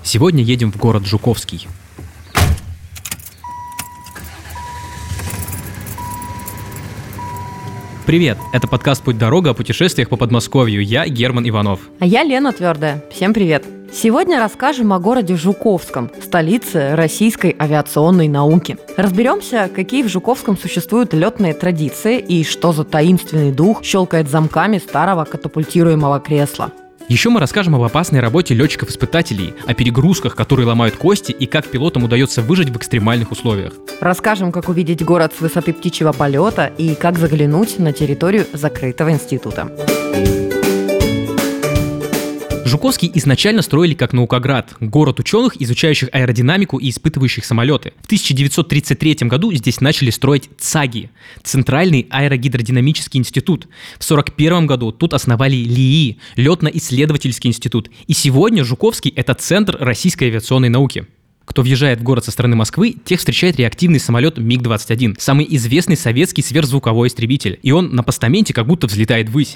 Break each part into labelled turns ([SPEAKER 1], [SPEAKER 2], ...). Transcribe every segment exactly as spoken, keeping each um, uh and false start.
[SPEAKER 1] Сегодня едем в город Жуковский. Привет, это подкаст «Путь-дорога» о путешествиях по Подмосковью. Я Герман Иванов.
[SPEAKER 2] А я Лена Твердая. Всем привет. Сегодня расскажем о городе Жуковском, столице российской авиационной науки. Разберемся, какие в Жуковском существуют летные традиции и что за таинственный дух щелкает замками старого катапультируемого кресла.
[SPEAKER 1] Еще мы расскажем об опасной работе летчиков-испытателей, о перегрузках, которые ломают кости, и как пилотам удается выжить в экстремальных условиях.
[SPEAKER 2] Расскажем, как увидеть город с высоты птичьего полета и как заглянуть на территорию закрытого института.
[SPEAKER 1] Жуковский изначально строили как наукоград, город ученых, изучающих аэродинамику и испытывающих самолеты. В тысяча девятьсот тридцать третьем году здесь начали строить ЦАГИ – Центральный аэрогидродинамический институт. В сорок первом году тут основали ЛИИ – Летно-исследовательский институт. И сегодня Жуковский – это центр российской авиационной науки. Кто въезжает в город со стороны Москвы, тех встречает реактивный самолет миг двадцать один, самый известный советский сверхзвуковой истребитель. И он на постаменте как будто взлетает ввысь.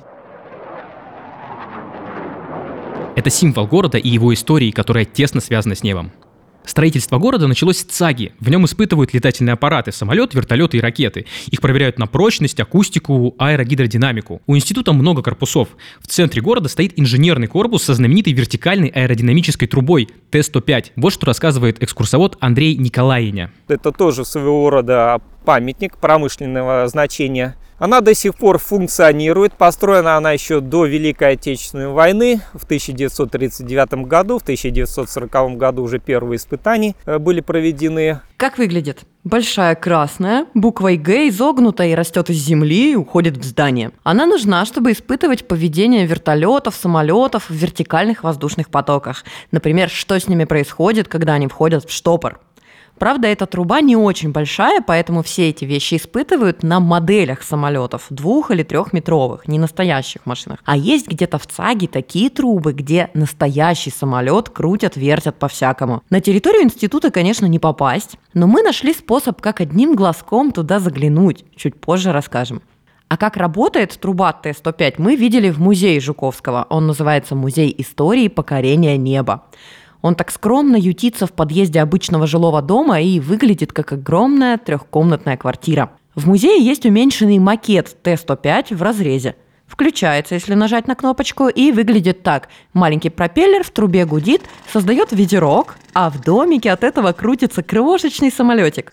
[SPEAKER 1] Это символ города и его истории, которая тесно связана с небом. Строительство города началось с ЦАГИ. В нем испытывают летательные аппараты, самолет, вертолеты и ракеты. Их проверяют на прочность, акустику, аэрогидродинамику. У института много корпусов. В центре города стоит инженерный корпус со знаменитой вертикальной аэродинамической трубой Т сто пять. Вот что рассказывает экскурсовод Андрей Николаиня.
[SPEAKER 3] Это тоже своего рода памятник промышленного значения. Она до сих пор функционирует. Построена она еще до Великой Отечественной войны в тысяча девятьсот тридцать девятом году. В тысяча девятьсот сороковом году уже первые испытания были проведены.
[SPEAKER 2] Как выглядит? Большая красная, буквой Г изогнута и растет из земли и уходит в здание. Она нужна, чтобы испытывать поведение вертолетов, самолетов в вертикальных воздушных потоках. Например, что с ними происходит, когда они входят в штопор. Правда, эта труба не очень большая, поэтому все эти вещи испытывают на моделях самолетов, двух- или трехметровых, не настоящих машинах. А есть где-то в ЦАГИ такие трубы, где настоящий самолет крутят, вертят по-всякому. На территорию института, конечно, не попасть, но мы нашли способ, как одним глазком туда заглянуть. Чуть позже расскажем. А как работает труба Т сто пять, мы видели в музее Жуковского. Он называется «Музей истории покорения неба». Он так скромно ютится в подъезде обычного жилого дома и выглядит как огромная трехкомнатная квартира. В музее есть уменьшенный макет Т сто пять в разрезе. Включается, если нажать на кнопочку, и выглядит так. Маленький пропеллер в трубе гудит, создает ветерок, а в домике от этого крутится крошечный самолетик.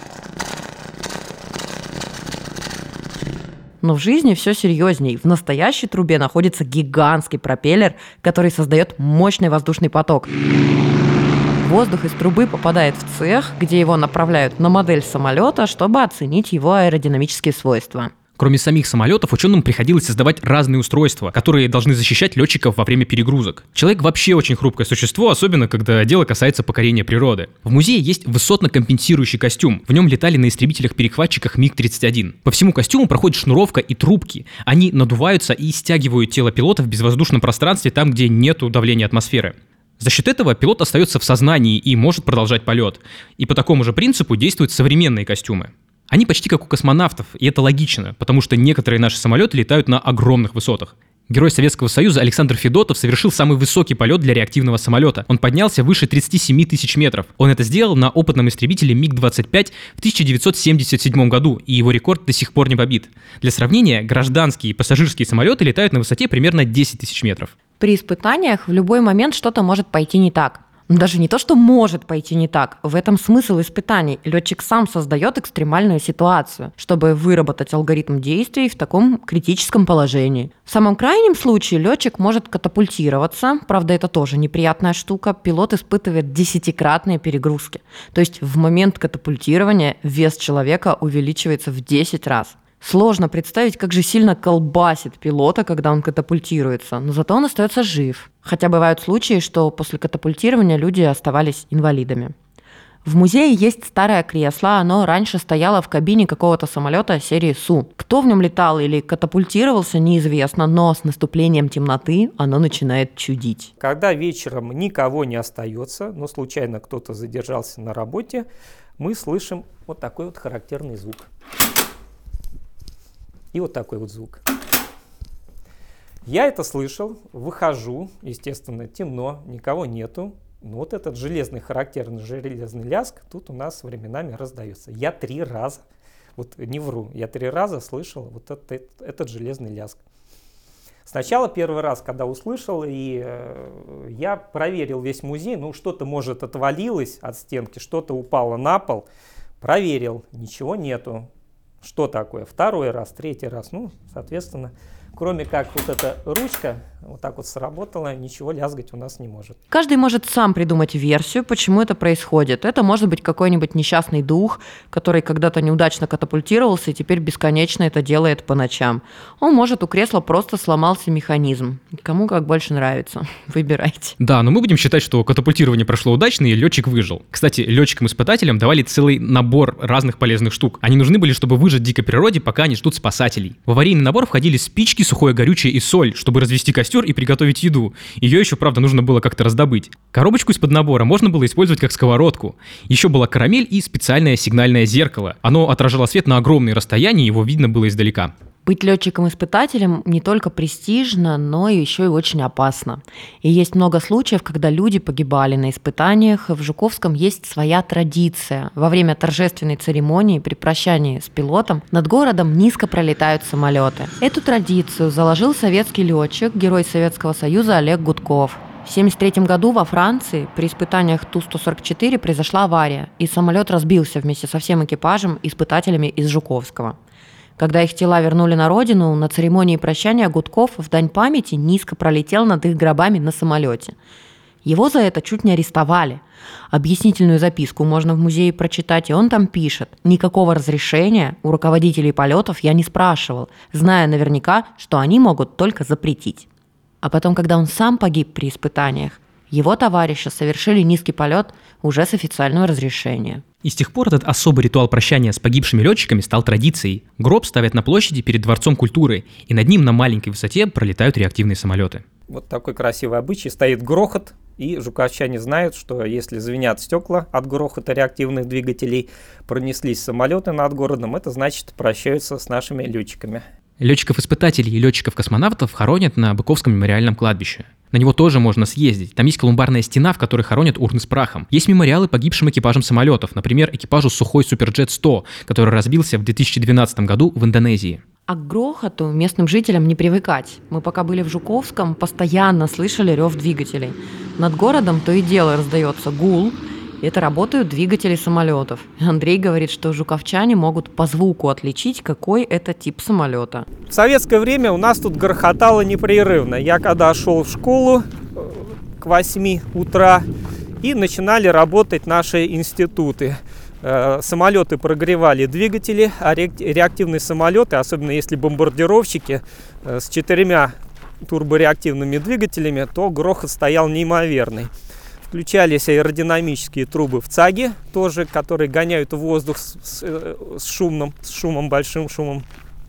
[SPEAKER 2] Но в жизни все серьезней. В настоящей трубе находится гигантский пропеллер, который создает мощный воздушный поток. Воздух из трубы попадает в цех, где его направляют на модель самолета, чтобы оценить его аэродинамические свойства.
[SPEAKER 1] Кроме самих самолетов, ученым приходилось создавать разные устройства, которые должны защищать летчиков во время перегрузок. Человек вообще очень хрупкое существо, особенно когда дело касается покорения природы. В музее есть высотно-компенсирующий костюм. В нем летали на истребителях-перехватчиках миг тридцать один. По всему костюму проходит шнуровка и трубки. Они надуваются и стягивают тело пилота в безвоздушном пространстве там, где нет давления атмосферы. За счет этого пилот остается в сознании и может продолжать полет. И по такому же принципу действуют современные костюмы. Они почти как у космонавтов, и это логично, потому что некоторые наши самолеты летают на огромных высотах. Герой Советского Союза Александр Федотов совершил самый высокий полет для реактивного самолета. Он поднялся выше тридцать семь тысяч метров. Он это сделал на опытном истребителе миг двадцать пять в тысяча девятьсот семьдесят седьмом году, и его рекорд до сих пор не побит. Для сравнения, гражданские и пассажирские самолеты летают на высоте примерно десять тысяч метров.
[SPEAKER 2] При испытаниях в любой момент что-то может пойти не так. Даже не то, что может пойти не так. В этом смысл испытаний. Летчик сам создает экстремальную ситуацию, чтобы выработать алгоритм действий в таком критическом положении. В самом крайнем случае летчик может катапультироваться. Правда, это тоже неприятная штука. Пилот испытывает десятикратные перегрузки. То есть в момент катапультирования вес человека увеличивается в десять раз. Сложно представить, как же сильно колбасит пилота, когда он катапультируется, но зато он остается жив. Хотя бывают случаи, что после катапультирования люди оставались инвалидами. В музее есть старое кресло, оно раньше стояло в кабине какого-то самолета серии Су. Кто в нем летал или катапультировался, неизвестно, но с наступлением темноты оно начинает чудить.
[SPEAKER 3] Когда вечером никого не остается, но случайно кто-то задержался на работе, мы слышим вот такой вот характерный звук. И вот такой вот звук. Я это слышал, выхожу, естественно, темно, никого нету. Ну, вот этот железный, характерный железный лязг тут у нас временами раздается. Я три раза, вот не вру, я три раза слышал вот этот, этот, этот железный лязг. Сначала первый раз, когда услышал, и э, я проверил весь музей, ну, что-то, может, отвалилось от стенки, что-то упало на пол. Проверил, ничего нету. Что такое? Второй раз, третий раз, ну, соответственно, кроме как вот эта ручка вот так вот сработала, ничего лязгать у нас не может.
[SPEAKER 2] Каждый может сам придумать версию, почему это происходит. Это может быть какой-нибудь несчастный дух, который когда-то неудачно катапультировался и теперь бесконечно это делает по ночам. Он может, у кресла просто сломался механизм. Кому как больше нравится. Выбирайте.
[SPEAKER 1] Да, но мы будем считать, что катапультирование прошло удачно и летчик выжил. Кстати, летчикам-испытателям давали целый набор разных полезных штук. Они нужны были, чтобы выжить в дикой природе, пока они ждут спасателей. В аварийный набор входили спички, сухое горючее и соль, чтобы развести костер и приготовить еду. Ее еще, правда, нужно было как-то раздобыть. Коробочку из-под набора можно было использовать как сковородку. Еще была карамель и специальное сигнальное зеркало. Оно отражало свет на огромные расстояния, его видно было издалека.
[SPEAKER 2] Быть летчиком-испытателем не только престижно, но и еще и очень опасно. И есть много случаев, когда люди погибали на испытаниях. В Жуковском есть своя традиция. Во время торжественной церемонии при прощании с пилотом над городом низко пролетают самолеты. Эту традицию заложил советский летчик, герой Советского Союза Олег Гудков. В тысяча девятьсот семьдесят третьем году во Франции при испытаниях Ту сто сорок четыре произошла авария, и самолет разбился вместе со всем экипажем, испытателями из Жуковского. Когда их тела вернули на родину, на церемонии прощания Гудков в дань памяти низко пролетел над их гробами на самолете. Его за это чуть не арестовали. Объяснительную записку можно в музее прочитать, и он там пишет: «Никакого разрешения у руководителей полетов я не спрашивал, зная наверняка, что они могут только запретить». А потом, когда он сам погиб при испытаниях, его товарищи совершили низкий полет уже с официального разрешения.
[SPEAKER 1] И с тех пор этот особый ритуал прощания с погибшими летчиками стал традицией. Гроб ставят на площади перед Дворцом культуры, и над ним на маленькой высоте пролетают реактивные самолеты.
[SPEAKER 3] Вот такой красивый обычай. Стоит грохот, и жуковчане знают, что если звенят стекла от грохота реактивных двигателей, пронеслись самолеты над городом, это значит прощаются с нашими летчиками.
[SPEAKER 1] Летчиков-испытателей и летчиков-космонавтов хоронят на Быковском мемориальном кладбище. На него тоже можно съездить. Там есть колумбарная стена, в которой хоронят урны с прахом. Есть мемориалы погибшим экипажам самолетов, например, экипажу Сухой Суперджет сто, который разбился в две тысячи двенадцатом году в Индонезии.
[SPEAKER 2] А к грохоту местным жителям не привыкать. Мы пока были в Жуковском, постоянно слышали рев двигателей. Над городом то и дело раздается гул, и это работают двигатели самолетов. Андрей говорит, что жуковчане могут по звуку отличить, какой это тип самолета.
[SPEAKER 3] В советское время у нас тут грохотало непрерывно. Я когда шел в школу к восьми утра, и начинали работать наши институты. Самолеты прогревали двигатели, а реактивные самолеты, особенно если бомбардировщики с четырьмя турбореактивными двигателями, то грохот стоял неимоверный. Включались аэродинамические трубы в ЦАГе, тоже, которые гоняют воздух с, с, с шумом, с шумом, большим шумом.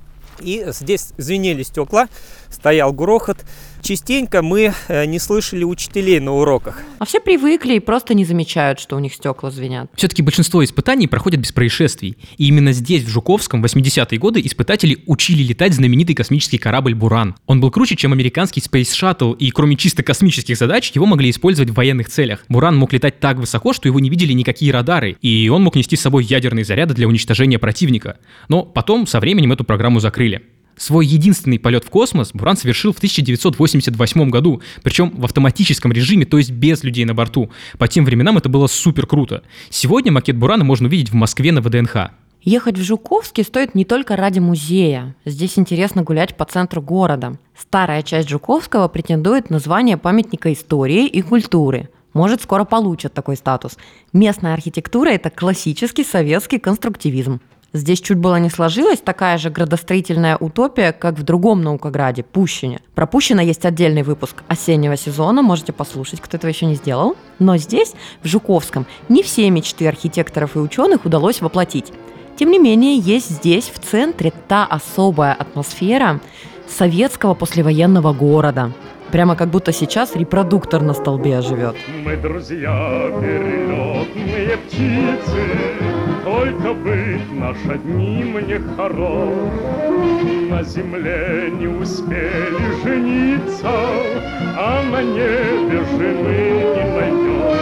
[SPEAKER 3] И здесь звенели стекла, стоял грохот. Частенько мы не слышали учителей на уроках.
[SPEAKER 2] А все привыкли и просто не замечают, что у них стекла звенят.
[SPEAKER 1] Все-таки большинство испытаний проходят без происшествий. И именно здесь, в Жуковском, в восьмидесятые годы испытатели учили летать знаменитый космический корабль «Буран». Он был круче, чем американский Space Shuttle, и кроме чисто космических задач, его могли использовать в военных целях. «Буран» мог летать так высоко, что его не видели никакие радары, и он мог нести с собой ядерные заряды для уничтожения противника. Но потом, со временем, эту программу закрыли. Свой единственный полет в космос «Буран» совершил в тысяча девятьсот восемьдесят восьмом году, причем в автоматическом режиме, то есть без людей на борту. По тем временам это было супер круто. Сегодня макет «Бурана» можно увидеть в Москве на вэ дэ эн ха.
[SPEAKER 2] Ехать в Жуковский стоит не только ради музея. Здесь интересно гулять по центру города. Старая часть Жуковского претендует на звание памятника истории и культуры. Может, скоро получат такой статус. Местная архитектура – это классический советский конструктивизм. Здесь чуть было не сложилась такая же градостроительная утопия, как в другом наукограде – Пущине. Про Пущино есть отдельный выпуск осеннего сезона, можете послушать, кто этого еще не сделал. Но здесь, в Жуковском, не все мечты архитекторов и ученых удалось воплотить. Тем не менее, есть здесь, в центре, та особая атмосфера советского послевоенного города. Прямо как будто сейчас репродуктор на столбе оживет.
[SPEAKER 4] Мы друзья, перелетные птицы, только быть наш одним не хорош. На земле не успели жениться, а на небе жены не найдем.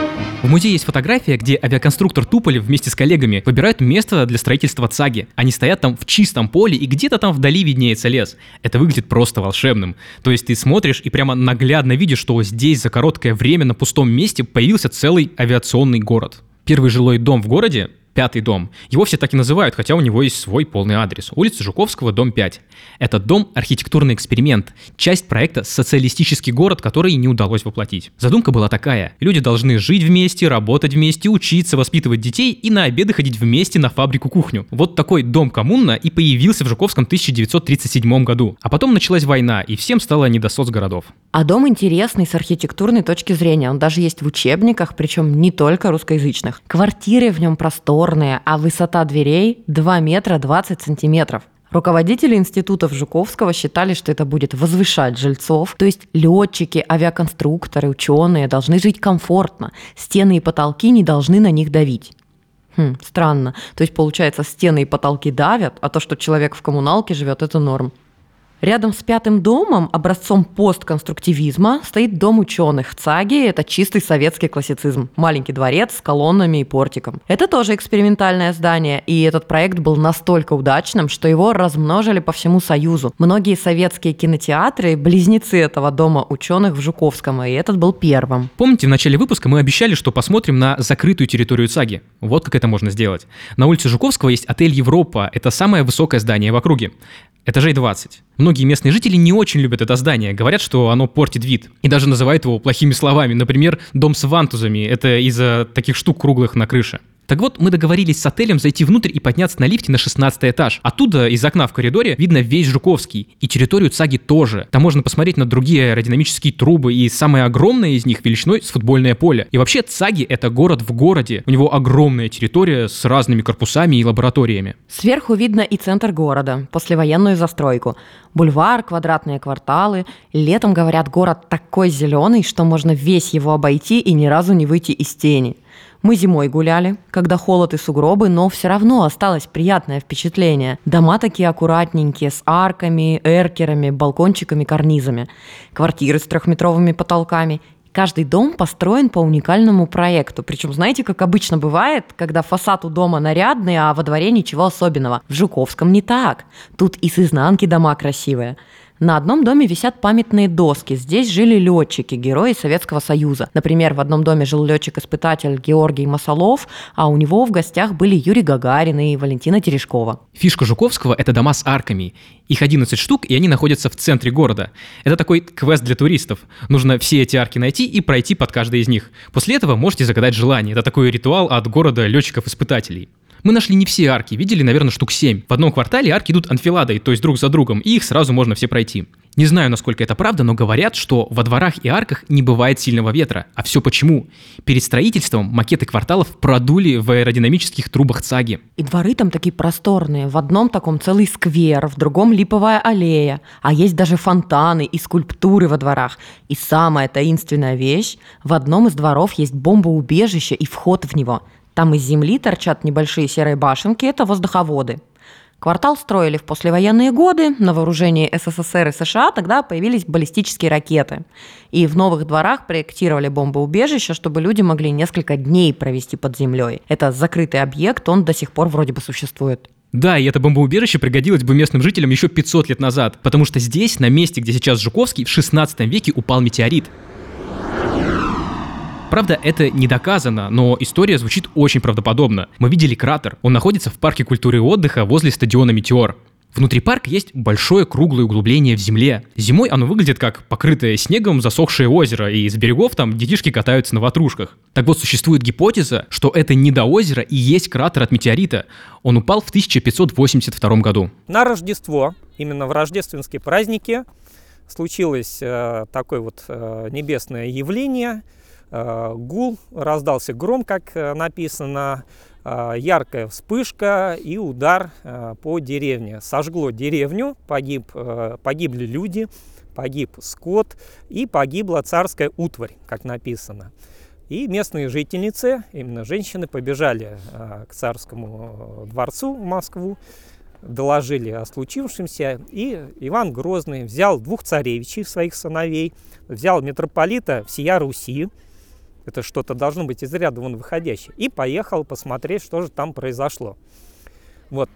[SPEAKER 1] В музее есть фотография, где авиаконструктор Туполев вместе с коллегами выбирают место для строительства ЦАГи. Они стоят там в чистом поле, и где-то там вдали виднеется лес. Это выглядит просто волшебным. То есть ты смотришь и прямо наглядно видишь, что здесь за короткое время на пустом месте появился целый авиационный город. Первый жилой дом в городе, Пятый дом. Его все так и называют, хотя у него есть свой полный адрес. Улица Жуковского, дом пять. Этот дом – архитектурный эксперимент, часть проекта «Социалистический город», который не удалось воплотить. Задумка была такая. Люди должны жить вместе, работать вместе, учиться, воспитывать детей и на обеды ходить вместе на фабрику-кухню. Вот такой дом-коммуна и появился в Жуковском тысяча девятьсот тридцать седьмом году. А потом началась война, и всем стало не до соцгородов.
[SPEAKER 2] А дом интересный с архитектурной точки зрения. Он даже есть в учебниках, причем не только русскоязычных. Квартиры в нем просторные, а высота дверей два метра двадцать сантиметров. Руководители институтов Жуковского считали, что это будет возвышать жильцов, то есть летчики, авиаконструкторы, ученые должны жить комфортно, стены и потолки не должны на них давить. Хм, странно. То есть, получается, стены и потолки давят, а то, что человек в коммуналке живет, это норм. Рядом с пятым домом, образцом постконструктивизма, стоит дом ученых ЦАГи. Это чистый советский классицизм. Маленький дворец с колоннами и портиком. Это тоже экспериментальное здание, и этот проект был настолько удачным, что его размножили по всему Союзу. Многие советские кинотеатры – близнецы этого дома ученых в Жуковском, и этот был первым.
[SPEAKER 1] Помните, в начале выпуска мы обещали, что посмотрим на закрытую территорию ЦАГи? Вот как это можно сделать. На улице Жуковского есть отель «Европа». Это самое высокое здание в округе. Этажей двадцать. Многие местные жители не очень любят это здание, говорят, что оно портит вид. И даже называют его плохими словами. Например, дом с вантузами. Это из-за таких штук круглых на крыше. Так вот, мы договорились с отелем зайти внутрь и подняться на лифте на шестнадцатый этаж. Оттуда, из окна в коридоре, видно весь Жуковский. И территорию ЦАГи тоже. Там можно посмотреть на другие аэродинамические трубы, и самое огромное из них величиной с футбольное поле. И вообще ЦАГи — это город в городе. У него огромная территория с разными корпусами и лабораториями.
[SPEAKER 2] Сверху видно и центр города, послевоенную застройку. Бульвар, квадратные кварталы. Летом, говорят, город такой зеленый, что можно весь его обойти и ни разу не выйти из тени. Мы зимой гуляли, когда холод и сугробы, но все равно осталось приятное впечатление. Дома такие аккуратненькие, с арками, эркерами, балкончиками, карнизами. Квартиры с трехметровыми потолками. Каждый дом построен по уникальному проекту. Причем, знаете, как обычно бывает, когда фасад у дома нарядный, а во дворе ничего особенного. В Жуковском не так. Тут и с изнанки дома красивые. На одном доме висят памятные доски. Здесь жили летчики, герои Советского Союза. Например, в одном доме жил летчик-испытатель Георгий Масолов, а у него в гостях были Юрий Гагарин и Валентина Терешкова.
[SPEAKER 1] Фишка Жуковского — это дома с арками. Их одиннадцать штук, и они находятся в центре города. Это такой квест для туристов. Нужно все эти арки найти и пройти под каждой из них. После этого можете загадать желание. Это такой ритуал от города летчиков-испытателей. Мы нашли не все арки, видели, наверное, штук семь. В одном квартале арки идут анфиладой, то есть друг за другом, и их сразу можно все пройти. Не знаю, насколько это правда, но говорят, что во дворах и арках не бывает сильного ветра. А все почему? Перед строительством макеты кварталов продули в аэродинамических трубах ЦАГи.
[SPEAKER 2] И дворы там такие просторные. В одном таком целый сквер, в другом липовая аллея. А есть даже фонтаны и скульптуры во дворах. И самая таинственная вещь – в одном из дворов есть бомбоубежище и вход в него. Там из земли торчат небольшие серые башенки – это воздуховоды. Квартал строили в послевоенные годы, на вооружении СССР и США тогда появились баллистические ракеты. И в новых дворах проектировали бомбоубежища, чтобы люди могли несколько дней провести под землей. Это закрытый объект, он до сих пор вроде бы существует.
[SPEAKER 1] Да, и это бомбоубежище пригодилось бы местным жителям еще пятьсот лет назад, потому что здесь, на месте, где сейчас Жуковский, в шестнадцатом веке упал метеорит. Правда, это не доказано, но история звучит очень правдоподобно. Мы видели кратер. Он находится в парке культуры и отдыха возле стадиона «Метеор». Внутри парка есть большое круглое углубление в земле. Зимой оно выглядит как покрытое снегом засохшее озеро, и с берегов там детишки катаются на ватрушках. Так вот, существует гипотеза, что это недоозеро и есть кратер от метеорита. Он упал в тысяча пятьсот восемьдесят втором году.
[SPEAKER 3] На Рождество, именно в рождественские праздники, случилось э, такое вот э, небесное явление. Гул, раздался гром, как написано, яркая вспышка и удар по деревне. Сожгло деревню, погиб, погибли люди, погиб скот и погибла царская утварь, как написано. И местные жительницы, именно женщины, побежали к царскому дворцу в Москву, доложили о случившемся, и Иван Грозный взял двух царевичей, своих сыновей, взял митрополита всея Руси, Это что-то должно быть из ряда вон выходящее. И поехал посмотреть, что же там произошло. Вот.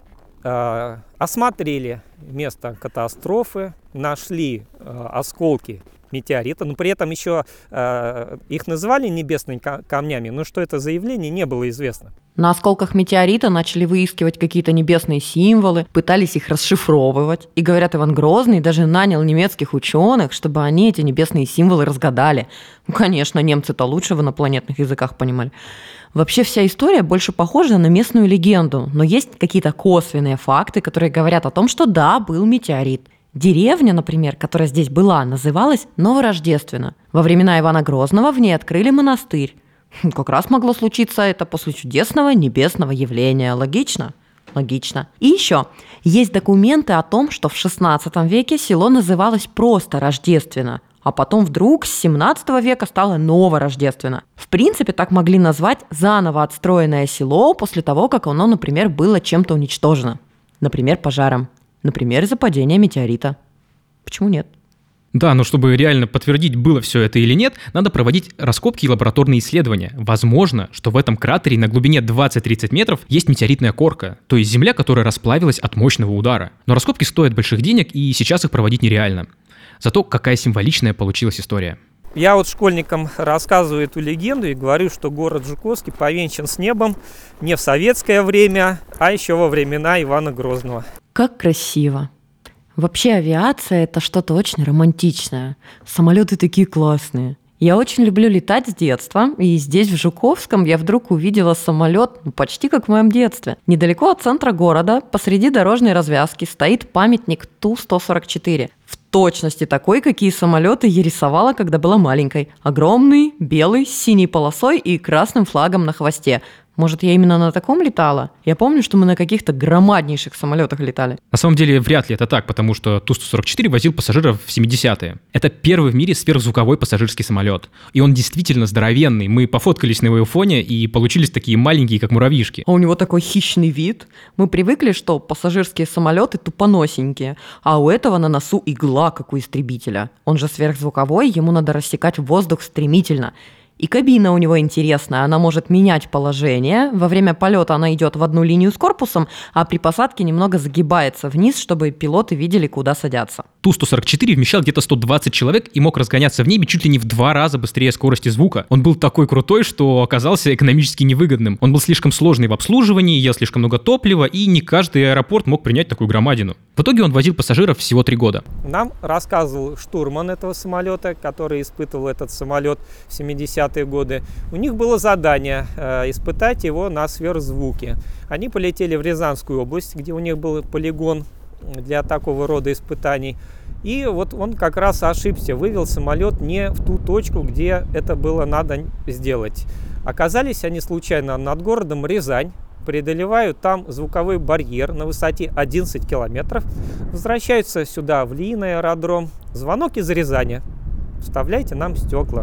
[SPEAKER 3] Э, осмотрели место катастрофы, нашли э, осколки метеорита, но при этом еще э, их называли небесными камнями, но что это за явление, не было известно.
[SPEAKER 2] На осколках метеорита начали выискивать какие-то небесные символы, пытались их расшифровывать. И, говорят, Иван Грозный даже нанял немецких ученых, чтобы они эти небесные символы разгадали. Ну, конечно, немцы-то лучше в инопланетных языках понимали. Вообще вся история больше похожа на местную легенду, но есть какие-то косвенные факты, которые говорят о том, что да, был метеорит. Деревня, например, которая здесь была, называлась Новорождественно. Во времена Ивана Грозного в ней открыли монастырь. Как раз могло случиться это после чудесного небесного явления. Логично? Логично. И еще, есть документы о том, что в шестнадцатом веке село называлось просто Рождественно, а потом вдруг с семнадцатого века стало Новорождественно. В принципе, так могли назвать заново отстроенное село после того, как оно, например, было чем-то уничтожено. Например, пожаром. Например, из-за падения метеорита. Почему нет?
[SPEAKER 1] Да, но чтобы реально подтвердить, было все это или нет, надо проводить раскопки и лабораторные исследования. Возможно, что в этом кратере на глубине двадцать-тридцать метров есть метеоритная корка, то есть земля, которая расплавилась от мощного удара. Но раскопки стоят больших денег, и сейчас их проводить нереально. Зато какая символичная получилась история.
[SPEAKER 3] Я вот школьникам рассказываю эту легенду и говорю, что город Жуковский повенчан с небом не в советское время, а еще во времена Ивана Грозного.
[SPEAKER 2] Как красиво. Вообще авиация – это что-то очень романтичное. Самолеты такие классные. Я очень люблю летать с детства, и здесь, в Жуковском, я вдруг увидела самолет, ну, почти как в моем детстве. Недалеко от центра города, посреди дорожной развязки, стоит памятник Ту сто сорок четыре. В точности такой, какие самолеты я рисовала, когда была маленькой. Огромный, белый, с синей полосой и красным флагом на хвосте. Может, я именно на таком летала? Я помню, что мы на каких-то громаднейших самолетах летали.
[SPEAKER 1] На самом деле, вряд ли это так, потому что Ту сто сорок четыре возил пассажиров в семидесятые. Это первый в мире сверхзвуковой пассажирский самолет. И он действительно здоровенный. Мы пофоткались на его фоне и получились такие маленькие, как муравьишки.
[SPEAKER 2] А у него такой хищный вид. Мы привыкли, что пассажирские самолеты тупоносенькие, а у этого на носу игла, как у истребителя. Он же сверхзвуковой, ему надо рассекать воздух стремительно. И кабина у него интересная, она может менять положение. Во время полета она идет в одну линию с корпусом, а при посадке немного загибается вниз, чтобы пилоты видели, куда садятся.
[SPEAKER 1] Ту сто сорок четыре вмещал где-то сто двадцать человек и мог разгоняться в небе чуть ли не в два раза быстрее скорости звука. Он был такой крутой, что оказался экономически невыгодным. Он был слишком сложный в обслуживании, ел слишком много топлива, и не каждый аэропорт мог принять такую громадину. В итоге он возил пассажиров всего три года.
[SPEAKER 3] Нам рассказывал штурман этого самолета, который испытывал этот самолет в семидесятые годы. У них было задание э, испытать его на сверхзвуке. Они полетели в Рязанскую область, где у них был полигон для такого рода испытаний. И вот он как раз ошибся, вывел самолет не в ту точку, где это было надо сделать. Оказались они случайно над городом Рязань, преодолевают там звуковой барьер на высоте одиннадцать километров, возвращаются сюда, в Линый аэродром. Звонок из Рязани. Вставляйте нам стекла.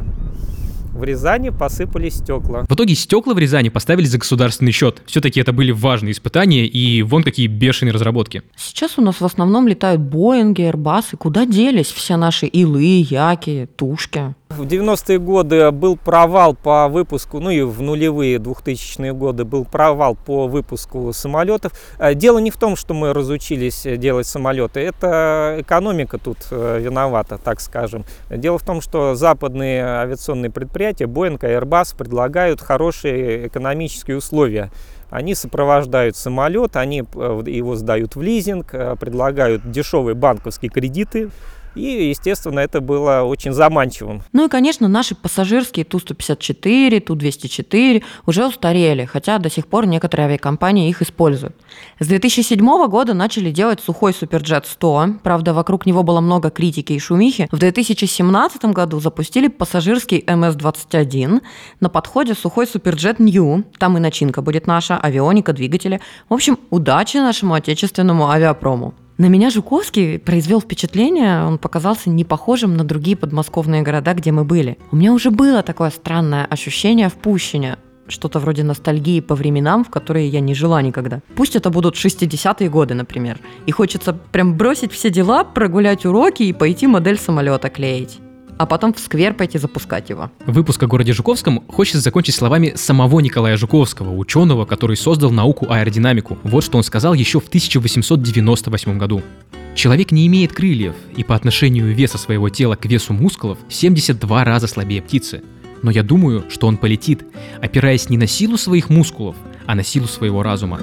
[SPEAKER 3] В Рязани посыпались стекла.
[SPEAKER 1] В итоге стекла в Рязани поставили за государственный счет. Все-таки это были важные испытания, и вон какие бешеные разработки.
[SPEAKER 2] Сейчас у нас в основном летают Боинги, Airbus. Куда делись все наши Илы, Яки, Тушки?
[SPEAKER 3] В девяностые годы был провал по выпуску, ну и в нулевые двухтысячные годы был провал по выпуску самолетов. Дело не в том, что мы разучились делать самолеты, это экономика тут виновата, так скажем. Дело в том, что западные авиационные предприятия, Boeing и Airbus, предлагают хорошие экономические условия. Они сопровождают самолет, они его сдают в лизинг, предлагают дешевые банковские кредиты. И, естественно, это было очень заманчивым.
[SPEAKER 2] Ну и, конечно, наши пассажирские Ту сто пятьдесят четыре, Ту двести четыре уже устарели, хотя до сих пор некоторые авиакомпании их используют. С две тысячи седьмого года начали делать сухой Суперджет сто, правда, вокруг него было много критики и шумихи. В две тысячи семнадцатом году запустили пассажирский эм эс двадцать один, на подходе сухой Суперджет Нью, там и начинка будет наша, авионика, двигатели. В общем, удачи нашему отечественному авиапрому. На меня Жуковский произвел впечатление, он показался не похожим на другие подмосковные города, где мы были. У меня уже было такое странное ощущение в Пущине, что-то вроде ностальгии по временам, в которые я не жила никогда. Пусть это будут шестидесятые годы, например, и хочется прям бросить все дела, прогулять уроки и пойти модель самолета клеить. а потом в сквер пойти запускать его.
[SPEAKER 1] Выпуск о городе Жуковском хочется закончить словами самого Николая Жуковского, ученого, который создал науку аэродинамику. Вот что он сказал еще в тысяча восемьсот девяносто восьмом году. Человек не имеет крыльев, и по отношению веса своего тела к весу мускулов в семьдесят два раза слабее птицы. Но я думаю, что он полетит, опираясь не на силу своих мускулов, а на силу своего разума.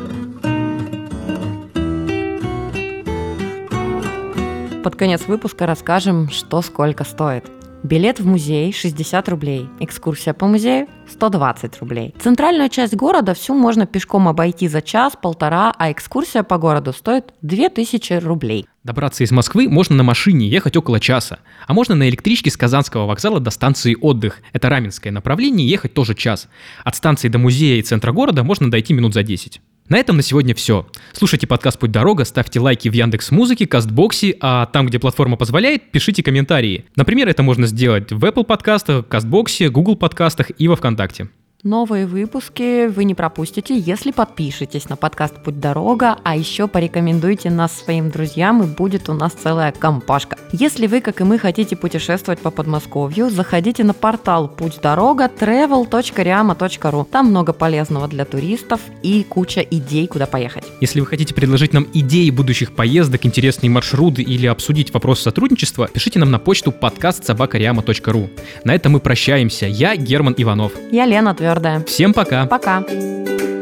[SPEAKER 2] Под конец выпуска расскажем, что сколько стоит. Билет в музей шестьдесят рублей, экскурсия по музею сто двадцать рублей. Центральную часть города всю можно пешком обойти за час-полтора, а экскурсия по городу стоит две тысячи рублей.
[SPEAKER 1] Добраться из Москвы можно на машине, ехать около часа, а можно на электричке с Казанского вокзала до станции «Отдых». Это раменское направление, ехать тоже час. От станции до музея и центра города можно дойти минут за десять. На этом на сегодня все. Слушайте подкаст «Путь дорога», ставьте лайки в Яндекс.Музыке, Кастбоксе, а там, где платформа позволяет, пишите комментарии. Например, это можно сделать в Apple подкастах, Кастбоксе, Google подкастах и во ВКонтакте.
[SPEAKER 2] Новые выпуски вы не пропустите, если подпишетесь на подкаст «Путь дорога», а еще порекомендуйте нас своим друзьям, и будет у нас целая компашка. Если вы, как и мы, хотите путешествовать по Подмосковью, заходите на портал «Путь дорога» тревел точка риама точка ру. Там много полезного для туристов и куча идей, куда поехать.
[SPEAKER 1] Если вы хотите предложить нам идеи будущих поездок, интересные маршруты или обсудить вопрос сотрудничества, пишите нам на почту подкаст собака риама точка ру. На этом мы прощаемся. Я Герман Иванов.
[SPEAKER 2] Я Лена Твердая.
[SPEAKER 1] Всем пока!
[SPEAKER 2] Пока!